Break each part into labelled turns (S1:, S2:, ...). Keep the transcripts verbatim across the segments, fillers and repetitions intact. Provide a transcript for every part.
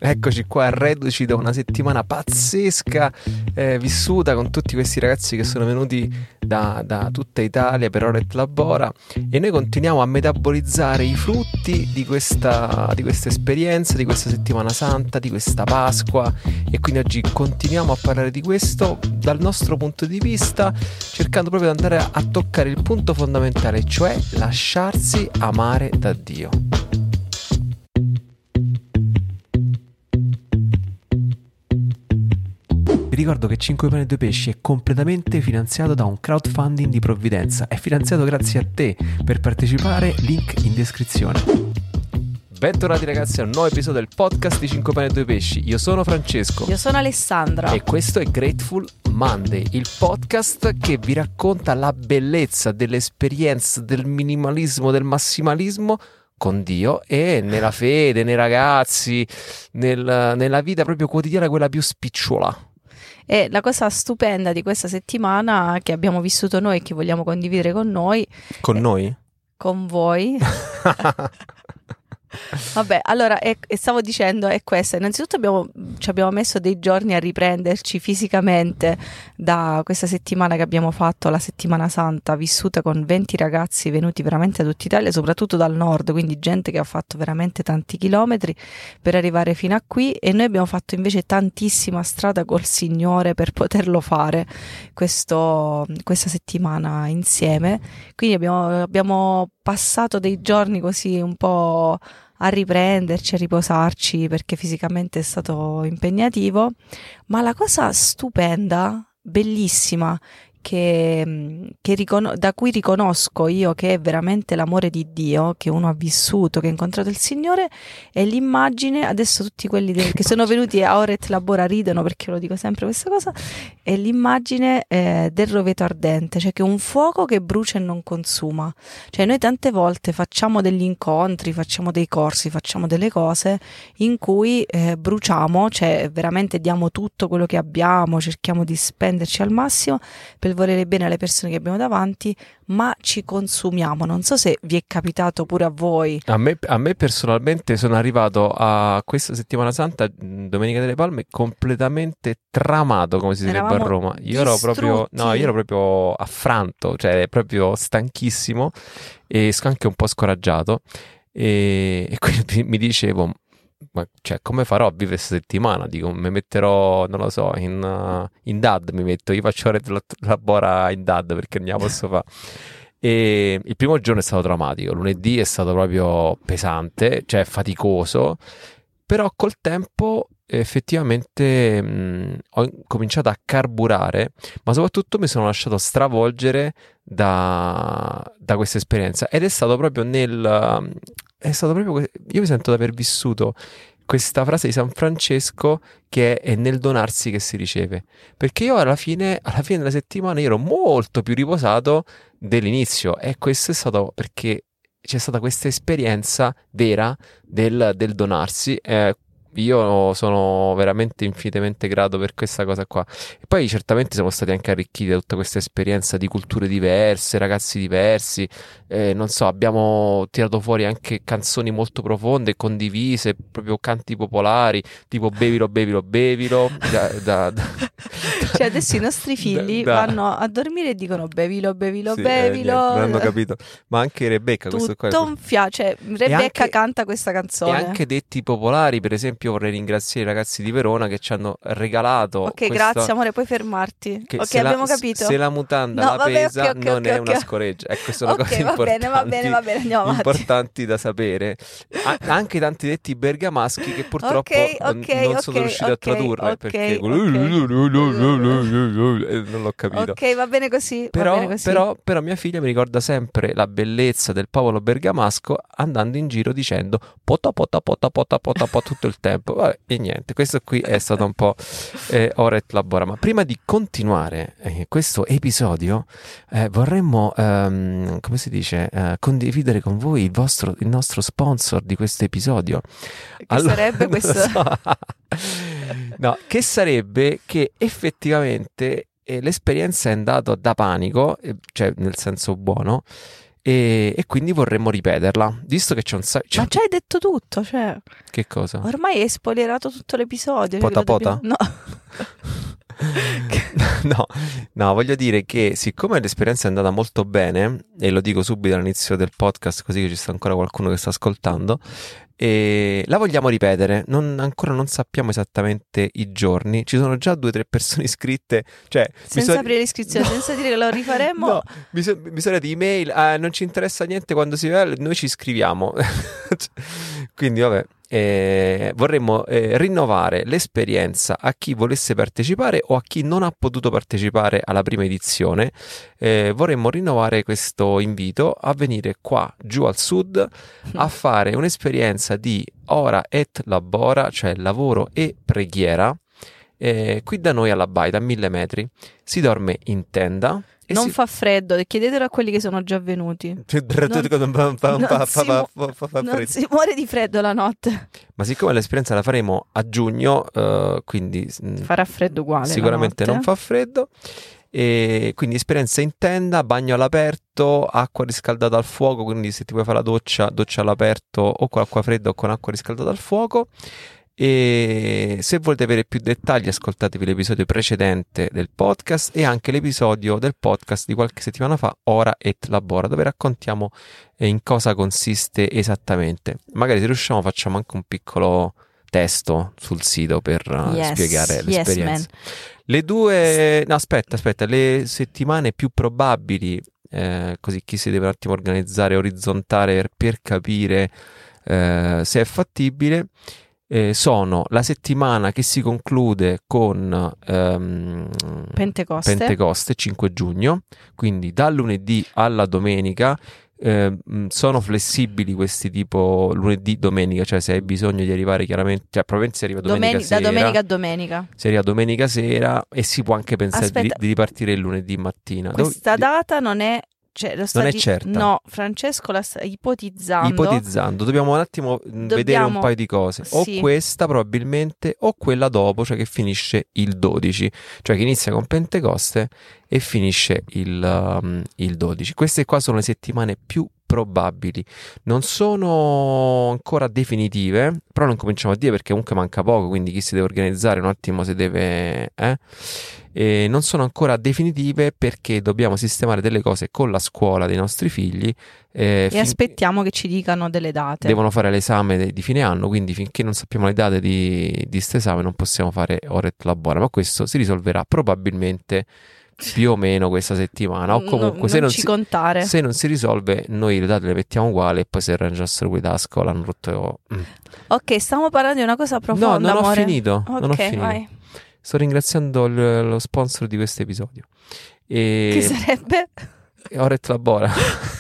S1: Eccoci qua, reduci da una settimana pazzesca eh, vissuta con tutti questi ragazzi che sono venuti da, da tutta Italia per Oret Labora, e noi continuiamo a metabolizzare i frutti di questa, di questa esperienza, di questa settimana santa, di questa Pasqua, e quindi oggi continuiamo a parlare di questo dal nostro punto di vista, cercando proprio di andare a, a toccare il punto fondamentale, cioè lasciarsi amare da Dio. Vi ricordo che cinque Pani e due Pesci è completamente finanziato da un crowdfunding di provvidenza. È finanziato grazie a te. Per partecipare, link in descrizione. Bentornati ragazzi a un nuovo episodio del podcast di cinque Pani e due Pesci. Io sono Francesco.
S2: Io sono Alessandra.
S1: E questo è Grateful Monday, il podcast che vi racconta la bellezza dell'esperienza, del minimalismo, del massimalismo con Dio e nella fede, nei ragazzi, nel, nella vita proprio quotidiana, quella più spicciola.
S2: E la cosa stupenda di questa settimana che abbiamo vissuto noi e che vogliamo condividere con noi,
S1: Con noi?
S2: con voi. Vabbè, allora è, stavo dicendo è questa. Innanzitutto abbiamo, ci abbiamo messo dei giorni a riprenderci fisicamente da questa settimana che abbiamo fatto, la settimana santa, vissuta con venti ragazzi venuti veramente da tutta Italia, soprattutto dal nord, quindi gente che ha fatto veramente tanti chilometri per arrivare fino a qui, e noi abbiamo fatto invece tantissima strada col Signore per poterlo fare questo, questa settimana insieme. Quindi abbiamo, abbiamo passato dei giorni così un po' a riprenderci, a riposarci, perché fisicamente è stato impegnativo, ma la cosa stupenda, bellissima, che, che riconos- da cui riconosco io che è veramente l'amore di Dio, che uno ha vissuto, che ha incontrato il Signore, è l'immagine. Adesso tutti quelli del, che sono venuti a Oret Labora ridono perché lo dico sempre questa cosa, è l'immagine eh, del roveto ardente, cioè che è un fuoco che brucia e non consuma. Cioè noi tante volte facciamo degli incontri, facciamo dei corsi, facciamo delle cose in cui eh, bruciamo, cioè veramente diamo tutto quello che abbiamo, cerchiamo di spenderci al massimo per volere bene alle persone che abbiamo davanti, ma ci consumiamo. Non so se vi è capitato pure a voi.
S1: A me, a me personalmente sono arrivato a questa settimana santa, Domenica delle Palme, completamente tramato, come si direbbe a
S2: Eravamo
S1: Roma. Io ero proprio, no, io ero proprio affranto, cioè proprio stanchissimo e anche un po' scoraggiato, e, e quindi mi dicevo, ma cioè, come farò a vivere questa settimana? Dico, mi metterò, non lo so, in, uh, in D A D mi metto, io faccio Oret Labora in D A D perché non la posso fare. E il primo giorno è stato drammatico, lunedì è stato proprio pesante, cioè faticoso, però col tempo effettivamente mh, ho cominciato a carburare, ma soprattutto mi sono lasciato stravolgere da, da questa esperienza, ed è stato proprio nel... È stato proprio, io mi sento di aver vissuto questa frase di San Francesco, che è nel donarsi che si riceve, perché io alla fine, alla fine della settimana ero molto più riposato dell'inizio, e questo è stato perché c'è stata questa esperienza vera del, del donarsi. eh, Io sono veramente infinitamente grato per questa cosa qua. E poi certamente siamo stati anche arricchiti da tutta questa esperienza di culture diverse, ragazzi diversi, eh, non so, abbiamo tirato fuori anche canzoni molto profonde, condivise, proprio canti popolari, tipo Bevilo, bevilo, bevilo. Da, da, da,
S2: Cioè adesso i nostri figli
S1: da, da,
S2: vanno a dormire e dicono bevilo, bevilo,
S1: sì,
S2: bevilo.
S1: Eh, niente, non hanno capito. Ma anche Rebecca, questo qua.
S2: Tutto un fia- cioè Rebecca
S1: anche,
S2: canta questa canzone.
S1: E anche detti popolari, per esempio vorrei ringraziare i ragazzi di Verona che ci hanno regalato.
S2: Ok,
S1: questa...
S2: grazie amore, puoi fermarti.
S1: Che
S2: ok, abbiamo
S1: la,
S2: capito.
S1: Se la mutanda
S2: no,
S1: la
S2: vabbè,
S1: pesa,
S2: okay, okay,
S1: non
S2: okay,
S1: è
S2: okay.
S1: una scoreggia. Ecco, queste sono
S2: okay,
S1: cose
S2: va
S1: importanti.
S2: Bene, va bene, va bene, andiamo avanti.
S1: Importanti da sapere. A- anche tanti detti bergamaschi che purtroppo
S2: okay, okay,
S1: non
S2: okay,
S1: sono riuscito
S2: okay,
S1: a tradurre
S2: okay,
S1: perché
S2: okay.
S1: non l'ho capito.
S2: Ok, va bene così.
S1: Però,
S2: va bene così.
S1: però, però mia figlia mi ricorda sempre la bellezza del popolo bergamasco andando in giro dicendo pota pota pota pota pota pota tutto il tempo. Vabbè, e niente, questo qui è stato un po' eh, Oret Labora. Ma prima di continuare eh, questo episodio eh, vorremmo ehm, come si dice eh, condividere con voi il vostro il nostro sponsor di questo episodio.
S2: Che
S1: allora,
S2: sarebbe questo?
S1: So. No, che sarebbe che effettivamente eh, l'esperienza è andata da panico, eh, cioè nel senso buono, e, e quindi vorremmo ripeterla, visto che c'è un sacco...
S2: Ma ci hai detto tutto, cioè...
S1: Che cosa?
S2: Ormai hai spoilerato tutto l'episodio.
S1: Pota pota?
S2: Dobbiamo... No.
S1: no, no, voglio dire che siccome l'esperienza è andata molto bene, e lo dico subito all'inizio del podcast così che ci sta ancora qualcuno che sta ascoltando, e la vogliamo ripetere, non, ancora non sappiamo esattamente i giorni, ci sono già due o tre persone iscritte, cioè
S2: senza
S1: so...
S2: aprire l'iscrizione, no. Senza dire che lo rifaremo.
S1: No, bisog- bisogna di email, eh, non ci interessa niente quando si va, noi ci iscriviamo. Quindi vabbè, eh, vorremmo eh, rinnovare l'esperienza a chi volesse partecipare o a chi non ha potuto partecipare alla prima edizione. Eh, vorremmo rinnovare questo invito a venire qua giù al sud a fare un'esperienza di ora et labora, cioè lavoro e preghiera. Eh, qui da noi alla Baita, a mille metri, si dorme in tenda. E
S2: non
S1: si...
S2: fa freddo, chiedetelo a quelli che sono già venuti. Non, non, si, mu- non si muore di freddo la notte.
S1: Ma siccome l'esperienza la faremo a giugno, uh, quindi
S2: farà freddo uguale.
S1: Sicuramente non fa freddo. E quindi esperienza in tenda, bagno all'aperto, acqua riscaldata al fuoco, quindi se ti vuoi fare la doccia, doccia all'aperto o con acqua fredda o con acqua riscaldata al fuoco. E se volete avere più dettagli ascoltatevi l'episodio precedente del podcast e anche l'episodio del podcast di qualche settimana fa, Ora et Labora, dove raccontiamo in cosa consiste esattamente. Magari se riusciamo facciamo anche un piccolo testo sul sito per
S2: yes,
S1: spiegare l'esperienza.
S2: Yes,
S1: le due no aspetta aspetta le settimane più probabili, eh, così chi si deve un attimo organizzare orizzontale per, per capire eh, se è fattibile. Eh, sono la settimana che si conclude con ehm,
S2: Pentecoste.
S1: Pentecoste, cinque giugno, quindi dal lunedì alla domenica. Eh, sono flessibili questi tipo lunedì, domenica, cioè se hai bisogno di arrivare chiaramente, cioè probabilmente si arriva domenica
S2: Domeni-
S1: sera,
S2: da domenica a domenica
S1: si arriva domenica sera e si può anche pensare di, di ripartire il lunedì mattina.
S2: Questa
S1: Dove,
S2: data non è Cioè, lo sta
S1: non è
S2: di-
S1: certa.
S2: No, Francesco la sta ipotizzando.
S1: Ipotizzando, dobbiamo un attimo
S2: Dobbiamo...
S1: vedere un paio di cose. O
S2: sì.
S1: questa probabilmente, o quella dopo, cioè che finisce il dodici, cioè che inizia con Pentecoste e finisce il, um, il dodici. Queste qua sono le settimane più probabili. Non sono ancora definitive, però non cominciamo a dire perché comunque manca poco, quindi chi si deve organizzare un attimo se deve... Eh? E non sono ancora definitive perché dobbiamo sistemare delle cose con la scuola dei nostri figli eh,
S2: e
S1: fin-
S2: aspettiamo che ci dicano delle date.
S1: Devono fare l'esame de- di fine anno, quindi finché non sappiamo le date di questo esame non possiamo fare ora et labora, ma questo si risolverà probabilmente più o meno questa settimana o comunque
S2: no,
S1: se,
S2: non
S1: non
S2: ci
S1: si,
S2: contare.
S1: se non si risolve noi le date le mettiamo uguali e poi si arrangiassero quelli della scuola hanno rotto. Mm.
S2: Ok, stiamo parlando di una cosa profonda.
S1: No, non
S2: amore.
S1: ho finito,
S2: Ok,
S1: non ho finito.
S2: vai.
S1: Sto ringraziando l- lo sponsor di questo episodio. E...
S2: Che sarebbe?
S1: Ora et labora.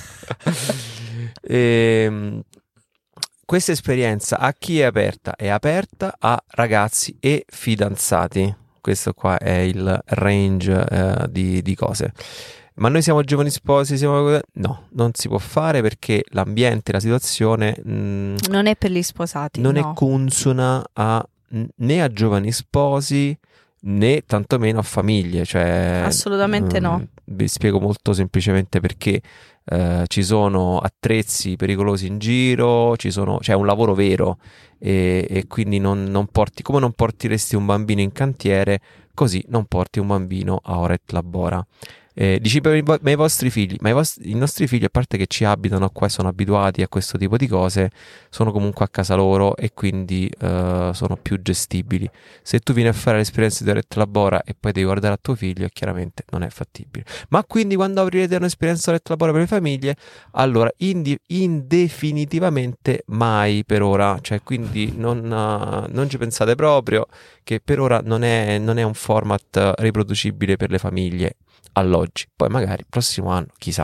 S1: e, questa esperienza a chi è aperta? È aperta a ragazzi e fidanzati. Questo qua è il range eh, di, di cose. Ma noi siamo giovani sposi? Siamo... No, non si può fare perché l'ambiente, la situazione mh,
S2: non è per gli sposati.
S1: non
S2: no.
S1: è consona a, né a giovani sposi né tantomeno a famiglie, cioè
S2: assolutamente
S1: mh,
S2: no.
S1: Vi spiego molto semplicemente perché eh, ci sono attrezzi pericolosi in giro, ci sono, c'è un lavoro vero e, e quindi non, non porti, come non porteresti un bambino in cantiere, così non porti un bambino a ora et labora. Eh, dici per i, vo- ma i vostri figli, ma i, vostri, i nostri figli, a parte che ci abitano qua e sono abituati a questo tipo di cose, sono comunque a casa loro e quindi uh, sono più gestibili. Se tu vieni a fare l'esperienza di ora et labora e poi devi guardare a tuo figlio, chiaramente non è fattibile. Ma quindi quando aprirete un'esperienza ora et labora per le famiglie, allora indi- indefinitivamente mai per ora, cioè quindi non, uh, non ci pensate proprio che per ora non è, non è un format riproducibile per le famiglie all'oggi, poi magari il prossimo anno, chissà.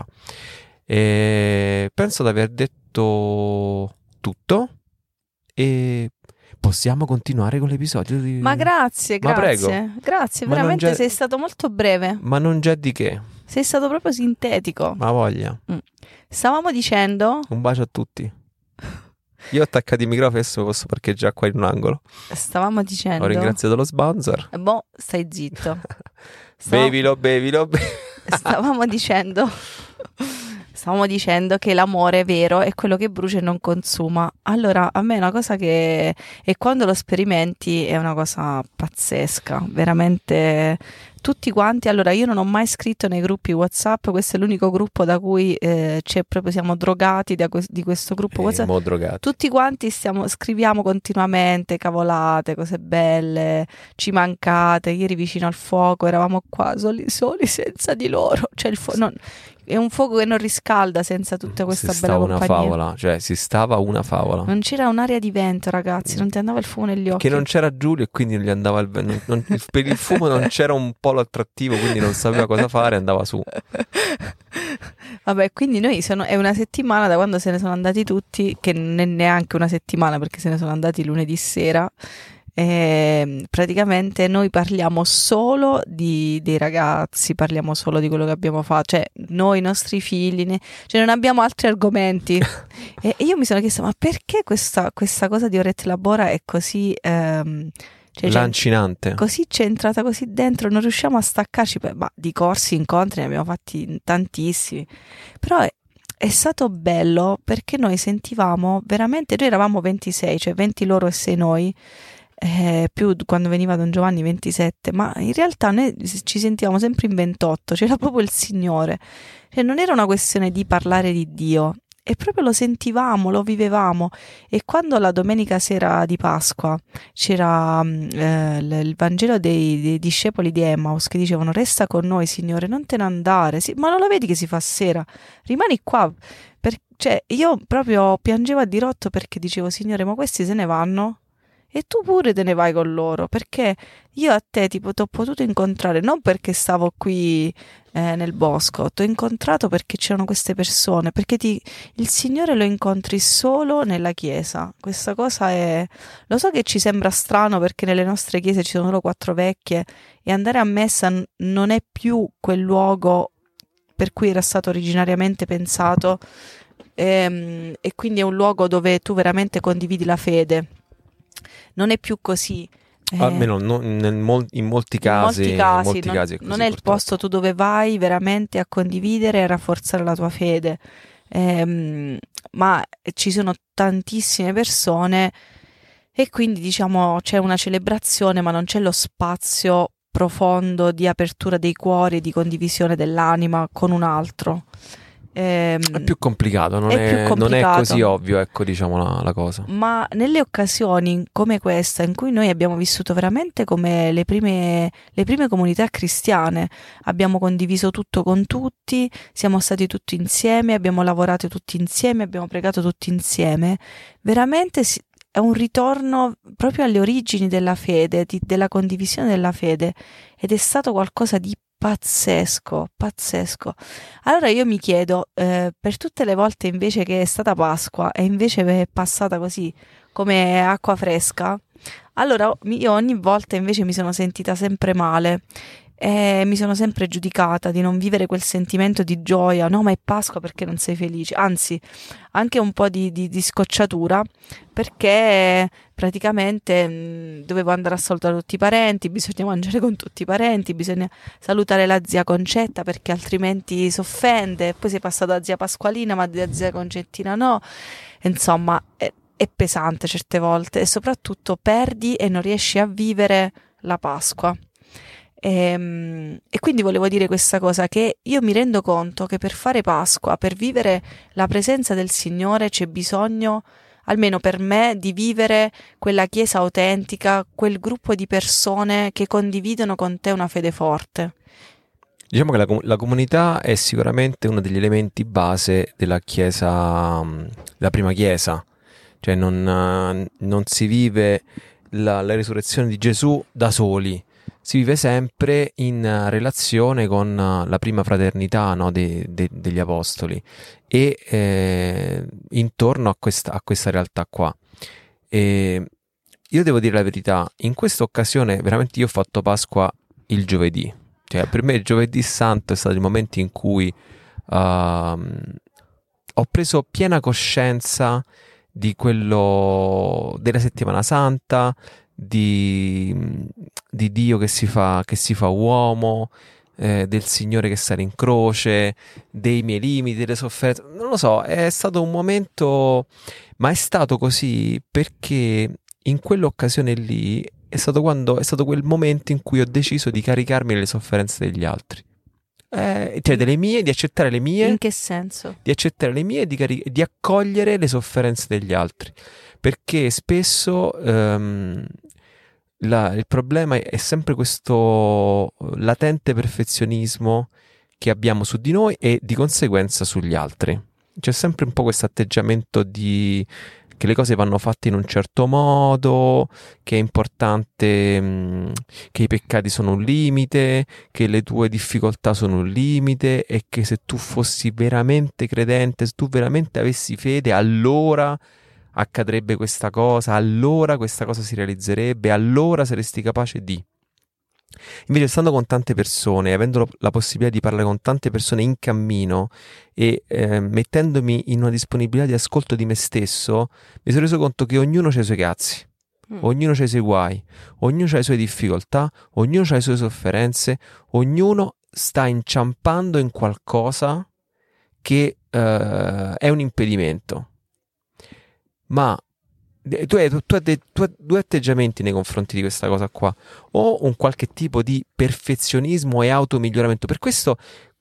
S1: E penso di aver detto tutto e possiamo continuare con l'episodio di...
S2: Ma grazie,
S1: Ma
S2: grazie.
S1: prego.
S2: Grazie,
S1: Ma
S2: veramente
S1: non c'è-
S2: sei stato molto breve.
S1: Ma non c'è di che,
S2: Sei stato proprio sintetico.
S1: ma voglia.
S2: Stavamo dicendo,
S1: Un bacio a tutti. Io ho attaccato i microfoni, adesso mi posso parcheggiare qua in un angolo.
S2: stavamo dicendo.
S1: Ho ringraziato lo sponsor.
S2: Eh, Boh, stai zitto. Stavo-
S1: Bevilo, bevilo, bevilo.
S2: Stavamo dicendo stavamo dicendo che l'amore vero è quello che brucia e non consuma. Allora, a me è una cosa che, e quando lo sperimenti è una cosa pazzesca, veramente tutti quanti. Allora, io non ho mai scritto nei gruppi WhatsApp, questo è l'unico gruppo da cui eh, c'è proprio, siamo drogati da que- di questo gruppo
S1: Eh,
S2: WhatsApp.
S1: mo drogati.
S2: Tutti quanti stiamo, scriviamo continuamente cavolate, cose belle, ci mancate, ieri vicino al fuoco eravamo qua soli soli senza di loro, cioè il fu- non- è un fuoco che non riscalda senza tutta questa
S1: si
S2: bella
S1: stava una
S2: compagnia.
S1: favola, cioè si stava una favola.
S2: Non c'era un'aria di vento, ragazzi, non ti andava il fumo negli occhi.
S1: Che non c'era Giulio e quindi non gli andava il vento. Non- non- per il fumo non c'era un polo attrattivo, quindi non sapeva cosa fare, andava su.
S2: Vabbè, quindi noi sono, è una settimana da quando se ne sono andati tutti, che non è neanche una settimana perché se ne sono andati lunedì sera. E praticamente noi parliamo solo di, dei ragazzi, parliamo solo di quello che abbiamo fatto, cioè noi, i nostri figli, ne- cioè non abbiamo altri argomenti. e, e io mi sono chiesta, ma perché questa, questa cosa di Orette Labora è così, ehm, cioè,
S1: Lancinante.
S2: così centrata, così dentro, non riusciamo a staccarci. Beh, ma di corsi, incontri ne abbiamo fatti tantissimi, però è, è stato bello perché noi sentivamo veramente, noi eravamo ventisei, cioè venti loro e sei noi, eh, più quando veniva Don Giovanni ventisette, ma in realtà noi ci sentivamo sempre in ventotto, c'era proprio il Signore, cioè non era una questione di parlare di Dio, e proprio lo sentivamo, lo vivevamo. E quando la domenica sera di Pasqua c'era eh, il, il Vangelo dei, dei discepoli di Emmaus che dicevano: resta con noi, Signore, non te ne andare. Sì, ma non lo vedi che si fa sera? Rimani qua. Per, cioè, io proprio piangevo a dirotto perché dicevo: Signore, ma questi se ne vanno? E tu pure te ne vai con loro, perché io a te tipo ti ho potuto incontrare non perché stavo qui eh, nel bosco, ti ho incontrato perché c'erano queste persone, perché ti, il Signore lo incontri solo nella chiesa. Questa cosa è, lo so che ci sembra strano perché nelle nostre chiese ci sono solo quattro vecchie e andare a messa n- non è più quel luogo per cui era stato originariamente pensato, ehm, e quindi è un luogo dove tu veramente condividi la fede. Non è più così. Eh,
S1: Almeno no- nel mol- in molti casi,
S2: in molti casi,
S1: in molti
S2: non,
S1: casi è così,
S2: non è il
S1: purtroppo.
S2: posto tu dove vai veramente a condividere e a rafforzare la tua fede. Ehm, ma ci sono tantissime persone e quindi diciamo c'è una celebrazione, ma non c'è lo spazio profondo di apertura dei cuori, di condivisione dell'anima con un altro. Ehm,
S1: È più complicato, non
S2: è
S1: è,
S2: più
S1: non è
S2: complicato.
S1: così ovvio, ecco, diciamo la, la cosa.
S2: Ma nelle occasioni come questa, in cui noi abbiamo vissuto veramente come le prime, le prime comunità cristiane, abbiamo condiviso tutto con tutti, siamo stati tutti insieme, abbiamo lavorato tutti insieme, abbiamo pregato tutti insieme, veramente si- è un ritorno proprio alle origini della fede, di- della condivisione della fede, ed è stato qualcosa di pazzesco, pazzesco. Allora io mi chiedo, eh, per tutte le volte invece che è stata Pasqua e invece è passata così come acqua fresca, allora io ogni volta invece mi sono sentita sempre male e mi sono sempre giudicata di non vivere quel sentimento di gioia. No, ma è Pasqua, perché non sei felice? Anzi, anche un po' di, di, di scocciatura, perché praticamente mh, dovevo andare a salutare tutti i parenti, bisogna mangiare con tutti i parenti, bisogna salutare la zia Concetta perché altrimenti si offende, poi sei passato da zia Pasqualina ma da zia Concettina no, insomma è, è pesante certe volte, e soprattutto perdi e non riesci a vivere la Pasqua. E, e quindi volevo dire questa cosa, che io mi rendo conto che per fare Pasqua, per vivere la presenza del Signore, c'è bisogno, almeno per me, di vivere quella chiesa autentica, quel gruppo di persone che condividono con te una fede forte.
S1: Diciamo che la, com- la comunità è sicuramente uno degli elementi base della chiesa, mh, della prima chiesa, cioè non, eh, non si vive la, la risurrezione di Gesù da soli, si vive sempre in uh, relazione con uh, la prima fraternità, no, de- de- degli apostoli e eh, intorno a questa, a questa realtà qua. E io devo dire la verità, in questa occasione veramente io ho fatto Pasqua il giovedì, cioè per me il giovedì santo è stato il momento in cui uh, ho preso piena coscienza di quello della settimana santa, di, di Dio che si fa, che si fa uomo, eh, del Signore che sale in croce, dei miei limiti, delle sofferenze, non lo so, è stato un momento, ma è stato così perché in quell'occasione lì è stato quando è stato quel momento in cui ho deciso di caricarmi le sofferenze degli altri. Eh, cioè delle mie, di accettare le mie.
S2: In che senso?
S1: Di accettare le mie e di, cari- di accogliere le sofferenze degli altri. Perché spesso ehm, la- il problema è sempre questo latente perfezionismo che abbiamo su di noi e di conseguenza sugli altri. C'è sempre un po' questo atteggiamento di che le cose vanno fatte in un certo modo, che è importante, mh, che i peccati sono un limite, che le tue difficoltà sono un limite e che se tu fossi veramente credente, se tu veramente avessi fede, allora accadrebbe questa cosa, allora questa cosa si realizzerebbe, allora saresti capace di. Invece stando con tante persone, avendo la possibilità di parlare con tante persone in cammino e eh, mettendomi in una disponibilità di ascolto di me stesso, mi sono reso conto che ognuno ha i suoi cazzi, mm. ognuno ha i suoi guai, ognuno ha le sue difficoltà, ognuno ha le sue sofferenze, ognuno sta inciampando in qualcosa che eh, è un impedimento. Ma Tu hai, tu, hai de, tu hai due atteggiamenti nei confronti di questa cosa qua, o un qualche tipo di perfezionismo e automiglioramento. Per questo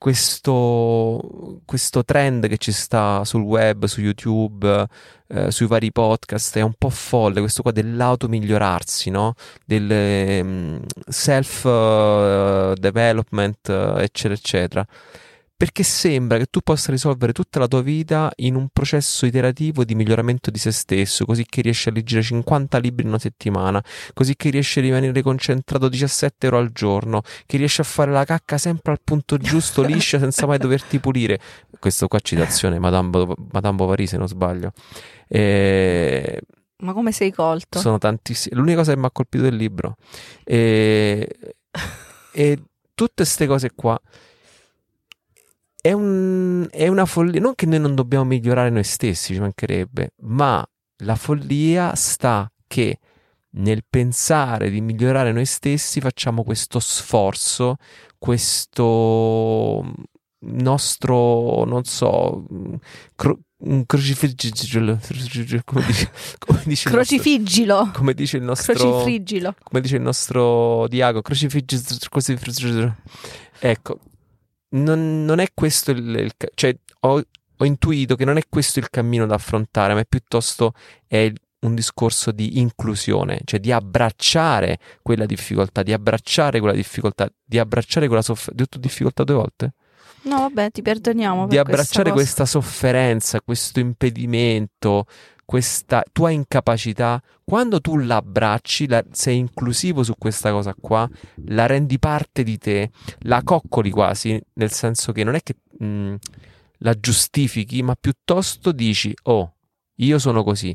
S1: questo, questo trend che ci sta sul web, su YouTube, eh, sui vari podcast è un po' folle, questo qua dell'automigliorarsi, no? Del um, self uh, development, uh, eccetera eccetera. Perché sembra che tu possa risolvere tutta la tua vita in un processo iterativo di miglioramento di se stesso, così che riesci a leggere cinquanta libri in una settimana, così che riesci a rimanere concentrato diciassette ore al giorno, che riesci a fare la cacca sempre al punto giusto, liscia, senza mai doverti pulire. Questo qua citazione Madame, Bo- Madame Bovary, se non sbaglio. E...
S2: Ma come sei colto?
S1: Sono tantissimi. L'unica cosa che mi ha colpito del libro. E, e tutte queste cose qua. È, un, è una follia, non che noi non dobbiamo migliorare noi stessi, ci mancherebbe, ma la follia sta che nel pensare di migliorare noi stessi facciamo questo sforzo, questo nostro, non so, cro- un crocifiggilo, come dice, come dice
S2: crocifiggilo,
S1: il nostro, come dice il nostro,
S2: crocifriggilo,
S1: come dice il nostro Diago, crocifiggilo, ecco. Non, non è questo il, il cioè ho, ho intuito che non è questo il cammino da affrontare, ma è piuttosto è il, un discorso di inclusione, cioè di abbracciare quella difficoltà, di abbracciare quella difficoltà, di abbracciare quella sofferenza. Ho detto difficoltà due volte?
S2: No, vabbè, ti perdoniamo.
S1: Di
S2: per
S1: abbracciare
S2: questa,
S1: questa sofferenza, questo impedimento, questa tua incapacità. Quando tu l'abbracci, la, sei inclusivo su questa cosa qua, la rendi parte di te, la coccoli quasi, nel senso che non è che mh, la giustifichi, ma piuttosto dici, oh, io sono così.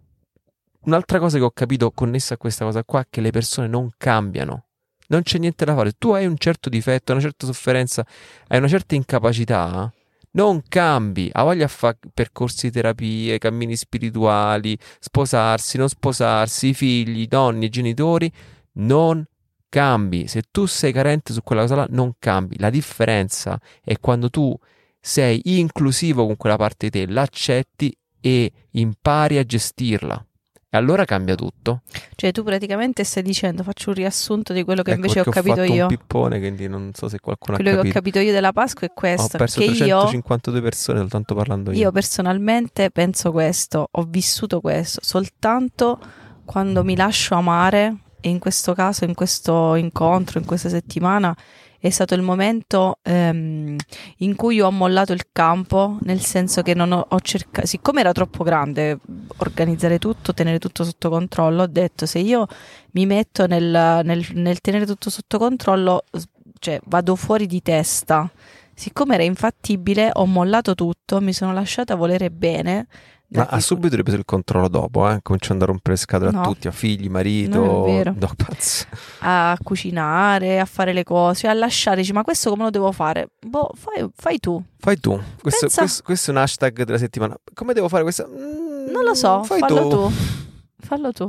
S1: Un'altra cosa che ho capito connessa a questa cosa qua è che le persone non cambiano. Non c'è niente da fare. Tu hai un certo difetto, una certa sofferenza, hai una certa incapacità, non cambi. Ha voglia a fare percorsi di terapie, cammini spirituali, sposarsi, non sposarsi, figli, nonni, genitori, non cambi. Se tu sei carente su quella cosa là, non cambi. La differenza è quando tu sei inclusivo con quella parte di te, l'accetti e impari a gestirla. E allora cambia tutto.
S2: Cioè tu praticamente stai dicendo, faccio un riassunto di quello che
S1: ecco
S2: invece ho capito
S1: ho fatto
S2: io.
S1: un pippone, quindi non so se qualcuno
S2: quello
S1: ha capito.
S2: Quello che ho capito io della Pasqua è questo.
S1: Ho perso
S2: che
S1: trecentocinquantadue persone soltanto parlando io.
S2: Io personalmente penso questo, ho vissuto questo soltanto quando mi lascio amare, e in questo caso, in questo incontro, in questa settimana, è stato il momento ehm, in cui ho mollato il campo, nel senso che non ho, ho cercato, siccome era troppo grande organizzare tutto, tenere tutto sotto controllo, ho detto se io mi metto nel, nel, nel tenere tutto sotto controllo, cioè vado fuori di testa. Siccome era infattibile, ho mollato tutto, mi sono lasciata volere bene.
S1: Ma ha subito ripreso il controllo dopo, eh? Cominciando a rompere scatole
S2: no,
S1: a tutti, a figli, marito,
S2: non è vero.
S1: No, pazzo.
S2: A cucinare, a fare le cose, a lasciare, dici, ma questo come lo devo fare? Boh, fai, fai tu.
S1: Fai tu. Questo,
S2: Pensa...
S1: questo, questo è un hashtag della settimana. Come devo fare questo? Mm,
S2: non lo so,
S1: fai
S2: fallo
S1: tu.
S2: tu. Fallo tu.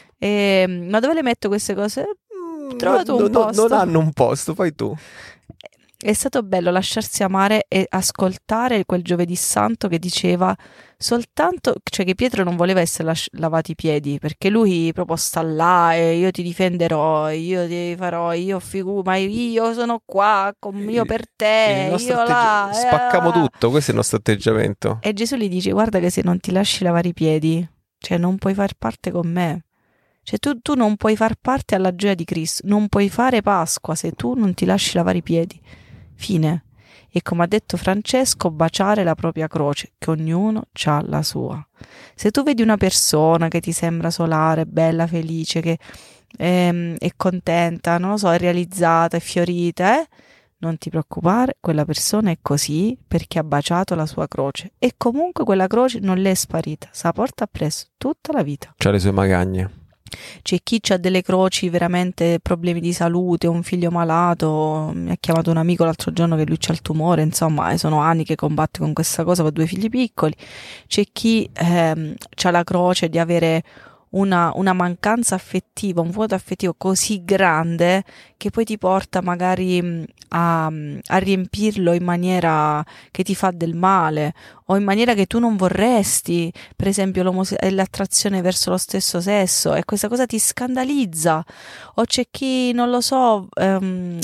S2: E, ma dove le metto queste cose? Trova tu
S1: no,
S2: un
S1: no,
S2: posto.
S1: Non hanno un posto, fai tu.
S2: È stato bello lasciarsi amare e ascoltare quel giovedì santo che diceva soltanto, cioè che Pietro non voleva essere las- lavato i piedi, perché lui proprio sta là e io ti difenderò, io ti farò, io figu, ma io sono qua, con, io per te,
S1: il nostro
S2: io
S1: atteggi-
S2: là. eh,
S1: Spaccamo
S2: là.
S1: tutto, questo è il nostro atteggiamento.
S2: E Gesù gli dice, guarda che se non ti lasci lavare i piedi, cioè non puoi far parte con me. Cioè tu, tu non puoi far parte alla gioia di Cristo, non puoi fare Pasqua se tu non ti lasci lavare i piedi. Fine. E come ha detto Francesco, baciare la propria croce, che ognuno ha la sua. Se tu vedi una persona che ti sembra solare, bella, felice, che ehm, è contenta, non lo so, è realizzata, è fiorita, eh? Non ti preoccupare, quella persona è così perché ha baciato la sua croce. E comunque quella croce non le è sparita, se la porta appresso tutta la vita.
S1: C'ha le sue magagne.
S2: C'è chi ha delle croci, veramente problemi di salute, un figlio malato, mi ha chiamato un amico l'altro giorno che lui c'ha il tumore, insomma, sono anni che combatte con questa cosa, con due figli piccoli. C'è chi ehm, ha la croce di avere una, una mancanza affettiva, un vuoto affettivo così grande che poi ti porta magari a, a riempirlo in maniera che ti fa del male o in maniera che tu non vorresti, per esempio l'attrazione verso lo stesso sesso, e questa cosa ti scandalizza. O c'è chi, non lo so, um,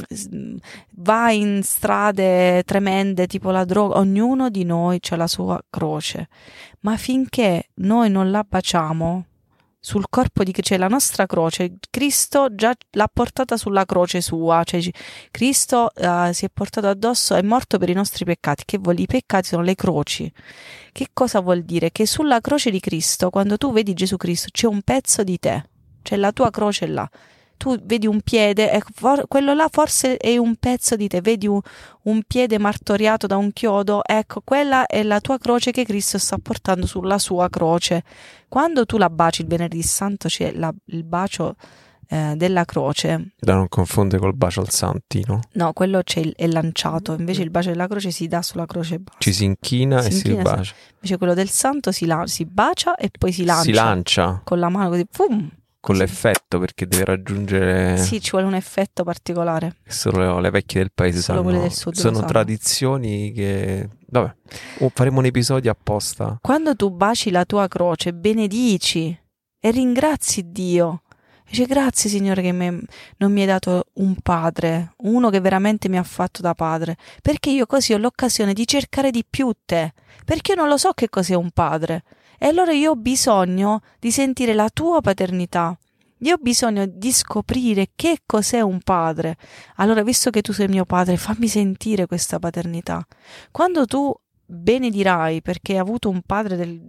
S2: va in strade tremende tipo la droga. Ognuno di noi ha la sua croce, ma finché noi non la baciamo sul corpo di Cristo, cioè la nostra croce, Cristo già l'ha portata sulla croce sua, cioè Cristo uh, si è portato addosso, è morto per i nostri peccati. Che vuol dire? I peccati sono le croci. Che cosa vuol dire? Che sulla croce di Cristo, quando tu vedi Gesù Cristo, c'è un pezzo di te, cioè la tua croce è là. Tu vedi un piede, e for- quello là forse è un pezzo di te, vedi un, un piede martoriato da un chiodo, ecco, quella è la tua croce che Cristo sta portando sulla sua croce. Quando tu la baci il venerdì santo c'è la, il bacio eh, della croce.
S1: Da non confondere col bacio al santino.
S2: No, quello c'è il, è lanciato, invece il bacio della croce si dà sulla croce e basta.
S1: Ci si inchina
S2: Si
S1: e
S2: inchina,
S1: si bacia.
S2: Invece quello del santo si, la- si bacia e poi si lancia.
S1: Si lancia
S2: Con la mano così, pum!
S1: con
S2: Sì.
S1: l'effetto, perché deve raggiungere...
S2: Sì, ci vuole un effetto particolare.
S1: Che solo le vecchie del paese
S2: Solo
S1: sanno.
S2: quelle del sud lo
S1: Sono
S2: sanno.
S1: tradizioni che... Vabbè, oh, faremo un episodio apposta.
S2: Quando tu baci la tua croce, benedici e ringrazi Dio. Dice grazie Signore che me, non mi hai dato un padre, uno che veramente mi ha fatto da padre, perché io così ho l'occasione di cercare di più te, perché io non lo so che cos'è un padre. E allora io ho bisogno di sentire la tua paternità. Io ho bisogno di scoprire che cos'è un padre. Allora, visto che tu sei mio padre, fammi sentire questa paternità. Quando tu benedirai perché hai avuto un padre del,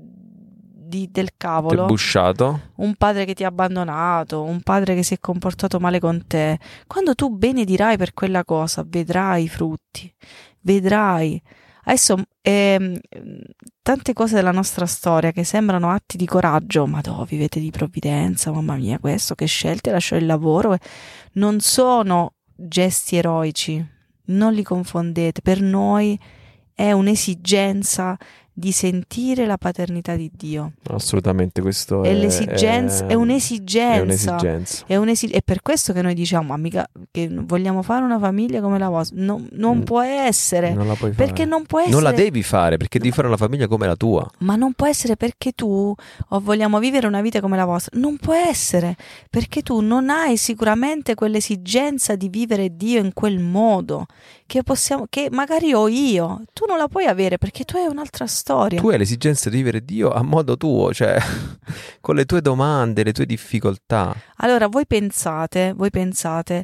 S2: di, del cavolo,
S1: Debusciato.
S2: un padre che ti ha abbandonato, un padre che si è comportato male con te, quando tu benedirai per quella cosa, vedrai i frutti, vedrai. Adesso ehm, tante cose della nostra storia che sembrano atti di coraggio, ma dove vivete di provvidenza, mamma mia, questo che scelte, lasciare il lavoro, non sono gesti eroici, non li confondete. Per noi è un'esigenza di sentire la paternità di Dio.
S1: Assolutamente, questo
S2: È,
S1: è,
S2: l'esigenza, è,
S1: è
S2: un'esigenza.
S1: È un'esigenza.
S2: È, un'esi- è per questo che noi diciamo, amica, che vogliamo fare una famiglia come la vostra. No, non
S1: Mm.
S2: può essere.
S1: Non la puoi
S2: Perché
S1: fare.
S2: non può essere.
S1: Non la devi fare, perché devi fare una famiglia come la tua.
S2: Ma non può essere perché tu o vogliamo vivere una vita come la vostra. Non può essere perché tu non hai sicuramente quell'esigenza di vivere Dio in quel modo che possiamo, che magari ho io. Tu non la puoi avere perché tu hai un'altra storia.
S1: Tu hai l'esigenza di vivere Dio a modo tuo, cioè con le tue domande, le tue difficoltà.
S2: Allora voi pensate, voi pensate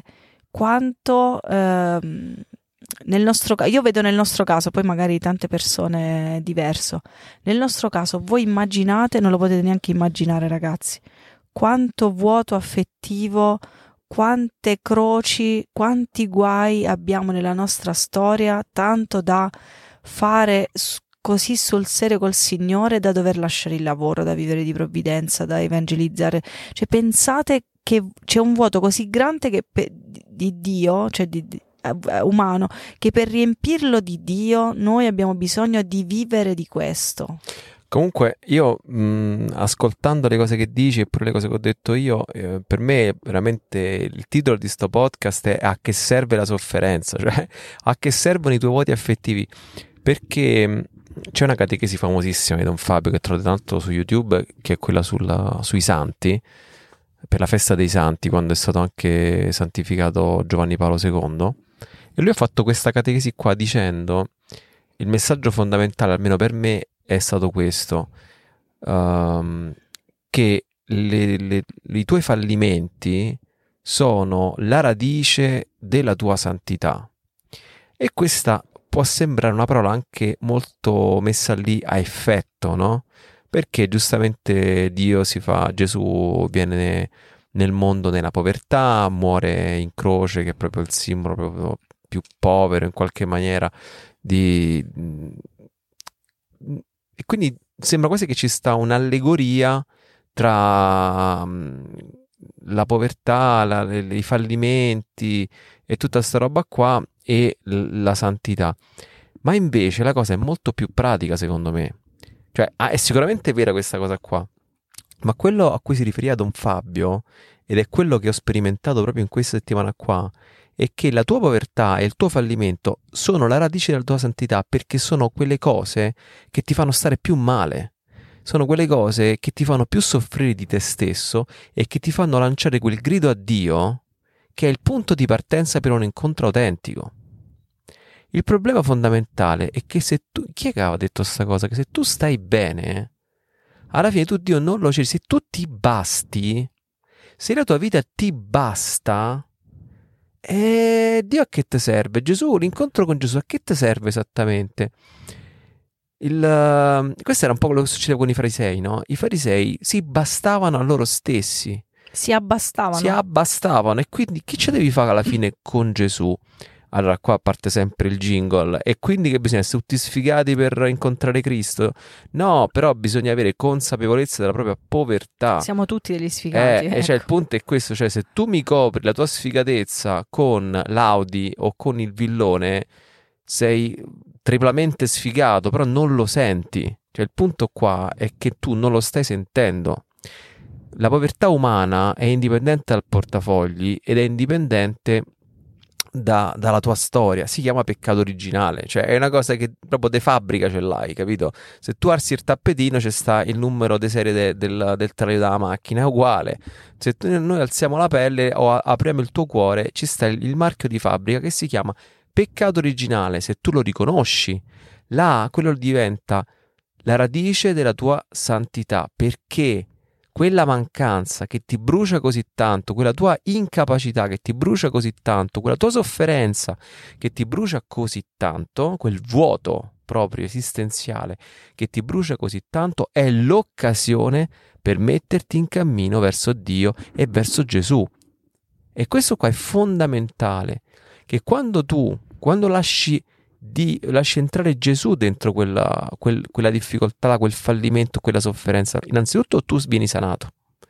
S2: quanto ehm, nel nostro caso, io vedo nel nostro caso, poi magari tante persone è diverso. Nel nostro caso, voi immaginate, non lo potete neanche immaginare, ragazzi, quanto vuoto affettivo, quante croci, quanti guai abbiamo nella nostra storia, tanto da fare così sul serio col Signore da dover lasciare il lavoro, da vivere di provvidenza, da evangelizzare. Cioè pensate che c'è un vuoto così grande che pe- di Dio, cioè di, di umano, che per riempirlo di Dio noi abbiamo bisogno di vivere di questo.
S1: Comunque io mh, ascoltando le cose che dici e pure le cose che ho detto io, eh, per me veramente il titolo di sto podcast è A che serve la sofferenza, cioè a che servono i tuoi vuoti affettivi, perché mh, c'è una catechesi famosissima di Don Fabio che trovate tanto su YouTube, che è quella sulla- sui santi, per la festa dei santi, quando è stato anche santificato Giovanni Paolo secondo, e lui ha fatto questa catechesi qua dicendo il messaggio fondamentale, almeno per me, è stato questo, ehm, che le- le- i tuoi fallimenti sono la radice della tua santità. E questa può sembrare una parola anche molto messa lì a effetto, no? Perché giustamente Dio si fa, Gesù viene nel mondo nella povertà, muore in croce, che è proprio il simbolo proprio più povero in qualche maniera di... E quindi sembra quasi che ci sta un'allegoria tra mm, la povertà, la- le- i fallimenti e tutta sta roba qua e l- la santità. Ma invece la cosa è molto più pratica, secondo me. Cioè, ah, è sicuramente vera questa cosa qua, ma quello a cui si riferiva Don Fabio, ed è quello che ho sperimentato proprio in questa settimana qua, è che la tua povertà e il tuo fallimento sono la radice della tua santità, perché sono quelle cose che ti fanno stare più male. Sono quelle cose che ti fanno più soffrire di te stesso e che ti fanno lanciare quel grido a Dio che è il punto di partenza per un incontro autentico. Il problema fondamentale è che se tu... Chi è che aveva detto questa cosa? Che se tu stai bene, alla fine tu Dio non lo cerchi. Se tu ti basti, se la tua vita ti basta, e Dio a che ti serve? Gesù, l'incontro con Gesù a che ti serve esattamente? Il, uh, questo era un po' quello che succedeva con i farisei, no? I farisei si bastavano a loro stessi,
S2: Si abbastavano.
S1: si abbastavano, e quindi che ci devi fare alla fine con Gesù? Allora qua parte sempre il jingle, e quindi che bisogna essere tutti sfigati per incontrare Cristo? No, però bisogna avere consapevolezza della propria povertà.
S2: Siamo tutti degli sfigati.
S1: Eh,
S2: ecco.
S1: e cioè il punto è questo, cioè se tu mi copri la tua sfigatezza con l'Audi o con il villone, sei triplamente sfigato, però non lo senti. Cioè il punto qua è che tu non lo stai sentendo. La povertà umana è indipendente dal portafogli ed è indipendente da- dalla tua storia. Si chiama peccato originale, cioè è una cosa che proprio de fabbrica ce l'hai, capito? Se tu alzi il tappetino c'è sta il numero di serie de- del, del telaio della macchina, è uguale. Se tu- noi alziamo la pelle o a- apriamo il tuo cuore, ci sta il, il marchio di fabbrica che si chiama peccato originale. Se tu lo riconosci, là quello diventa la radice della tua santità, perché quella mancanza che ti brucia così tanto, quella tua incapacità che ti brucia così tanto, quella tua sofferenza che ti brucia così tanto, quel vuoto proprio esistenziale che ti brucia così tanto, è l'occasione per metterti in cammino verso Dio e verso Gesù. E questo qua è fondamentale, che quando tu, quando lasci di lasci entrare Gesù dentro quella, quel- quella difficoltà, quel fallimento, quella sofferenza, innanzitutto tu vieni sanato